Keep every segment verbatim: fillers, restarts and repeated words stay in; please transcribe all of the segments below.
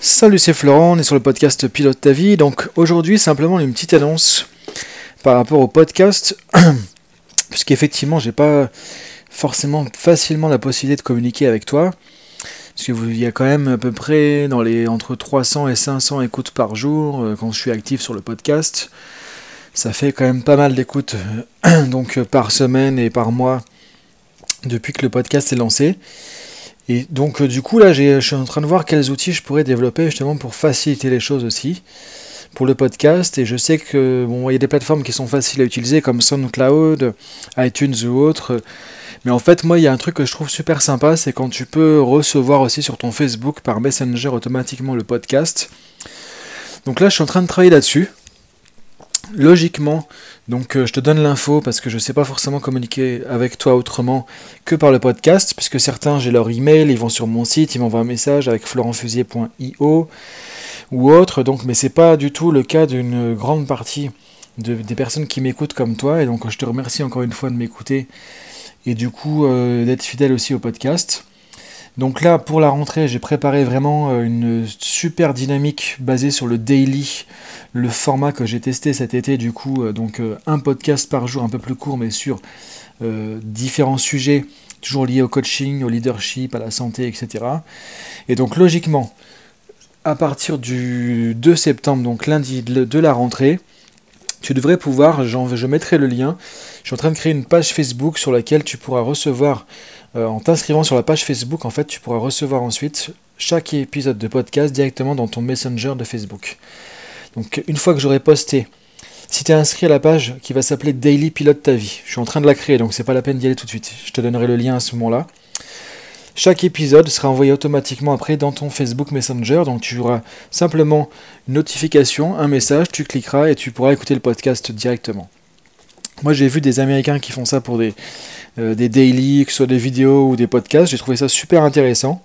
Salut, c'est Florent, on est sur le podcast Pilote ta vie. Donc aujourd'hui, simplement une petite annonce par rapport au podcast, puisqu'effectivement, j'ai pas forcément facilement la possibilité de communiquer avec toi, parce qu'il y a quand même à peu près dans les entre trois cents et cinq cents écoutes par jour euh, quand je suis actif sur le podcast. Ça fait quand même pas mal d'écoutes euh, donc euh, par semaine et par mois depuis que le podcast est lancé. Et donc euh, du coup là j'ai, je suis en train de voir quels outils je pourrais développer justement pour faciliter les choses aussi pour le podcast. Et je sais que bon, il y a des plateformes qui sont faciles à utiliser comme SoundCloud, iTunes ou autres. Mais en fait moi il y a un truc que je trouve super sympa, c'est quand tu peux recevoir aussi sur ton Facebook par Messenger automatiquement le podcast. Donc là je suis en train de travailler là-dessus. Logiquement, donc euh, je te donne l'info parce que je ne sais pas forcément communiquer avec toi autrement que par le podcast, puisque certains j'ai leur email, ils vont sur mon site, ils m'envoient un message avec florent fusier point io ou autre, donc mais c'est pas du tout le cas d'une grande partie de, des personnes qui m'écoutent comme toi, et donc je te remercie encore une fois de m'écouter et du coup euh, d'être fidèle aussi au podcast. Donc là, pour la rentrée, j'ai préparé vraiment une super dynamique basée sur le daily, le format que j'ai testé cet été, du coup, donc un podcast par jour, un peu plus court, mais sur euh, différents sujets, toujours liés au coaching, au leadership, à la santé, et cetera. Et donc logiquement, à partir du deux septembre, donc lundi de la rentrée, tu devrais pouvoir, je mettrai le lien, je suis en train de créer une page Facebook sur laquelle tu pourras recevoir, euh, en t'inscrivant sur la page Facebook, en fait, tu pourras recevoir ensuite chaque épisode de podcast directement dans ton Messenger de Facebook. Donc une fois que j'aurai posté, si tu es inscrit à la page qui va s'appeler Daily Pilote ta vie, je suis en train de la créer, donc c'est pas la peine d'y aller tout de suite, je te donnerai le lien à ce moment-là. Chaque épisode sera envoyé automatiquement après dans ton Facebook Messenger, donc tu auras simplement une notification, un message, tu cliqueras et tu pourras écouter le podcast directement. Moi j'ai vu des Américains qui font ça pour des, euh, des daily, que ce soit des vidéos ou des podcasts, j'ai trouvé ça super intéressant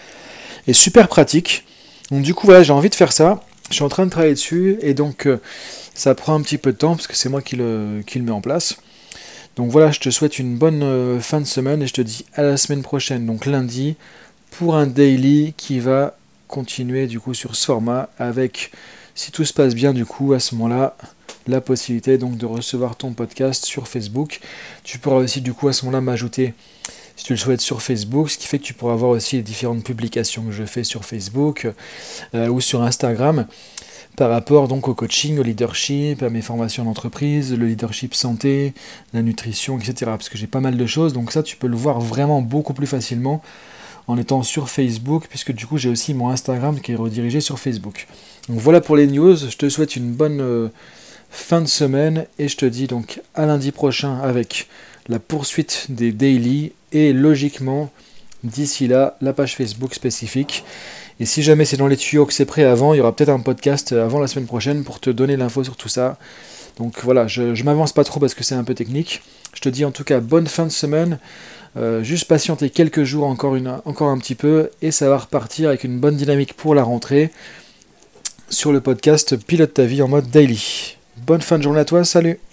et super pratique. Donc du coup voilà, j'ai envie de faire ça, je suis en train de travailler dessus et donc euh, ça prend un petit peu de temps parce que c'est moi qui le, qui le mets en place. Donc voilà, je te souhaite une bonne euh, fin de semaine et je te dis à la semaine prochaine, donc lundi, pour un daily qui va continuer du coup sur ce format avec, si tout se passe bien du coup, à ce moment-là, la possibilité donc de recevoir ton podcast sur Facebook. Tu pourras aussi du coup à ce moment-là m'ajouter, si tu le souhaites, sur Facebook, ce qui fait que tu pourras voir aussi les différentes publications que je fais sur Facebook euh, ou sur Instagram, par rapport donc au coaching, au leadership, à mes formations d'entreprise, le leadership santé, la nutrition, et cetera. Parce que j'ai pas mal de choses, donc ça tu peux le voir vraiment beaucoup plus facilement en étant sur Facebook, puisque du coup j'ai aussi mon Instagram qui est redirigé sur Facebook. Donc voilà pour les news, je te souhaite une bonne euh, fin de semaine, et je te dis donc à lundi prochain avec la poursuite des daily, et logiquement, d'ici là, la page Facebook spécifique. Et si jamais c'est dans les tuyaux que c'est prêt avant, il y aura peut-être un podcast avant la semaine prochaine pour te donner l'info sur tout ça. Donc voilà, je, je m'avance pas trop parce que c'est un peu technique. Je te dis en tout cas bonne fin de semaine. Euh, juste patienter quelques jours, encore, une, encore un petit peu, et ça va repartir avec une bonne dynamique pour la rentrée sur le podcast Pilote ta vie en mode daily. Bonne fin de journée à toi, salut!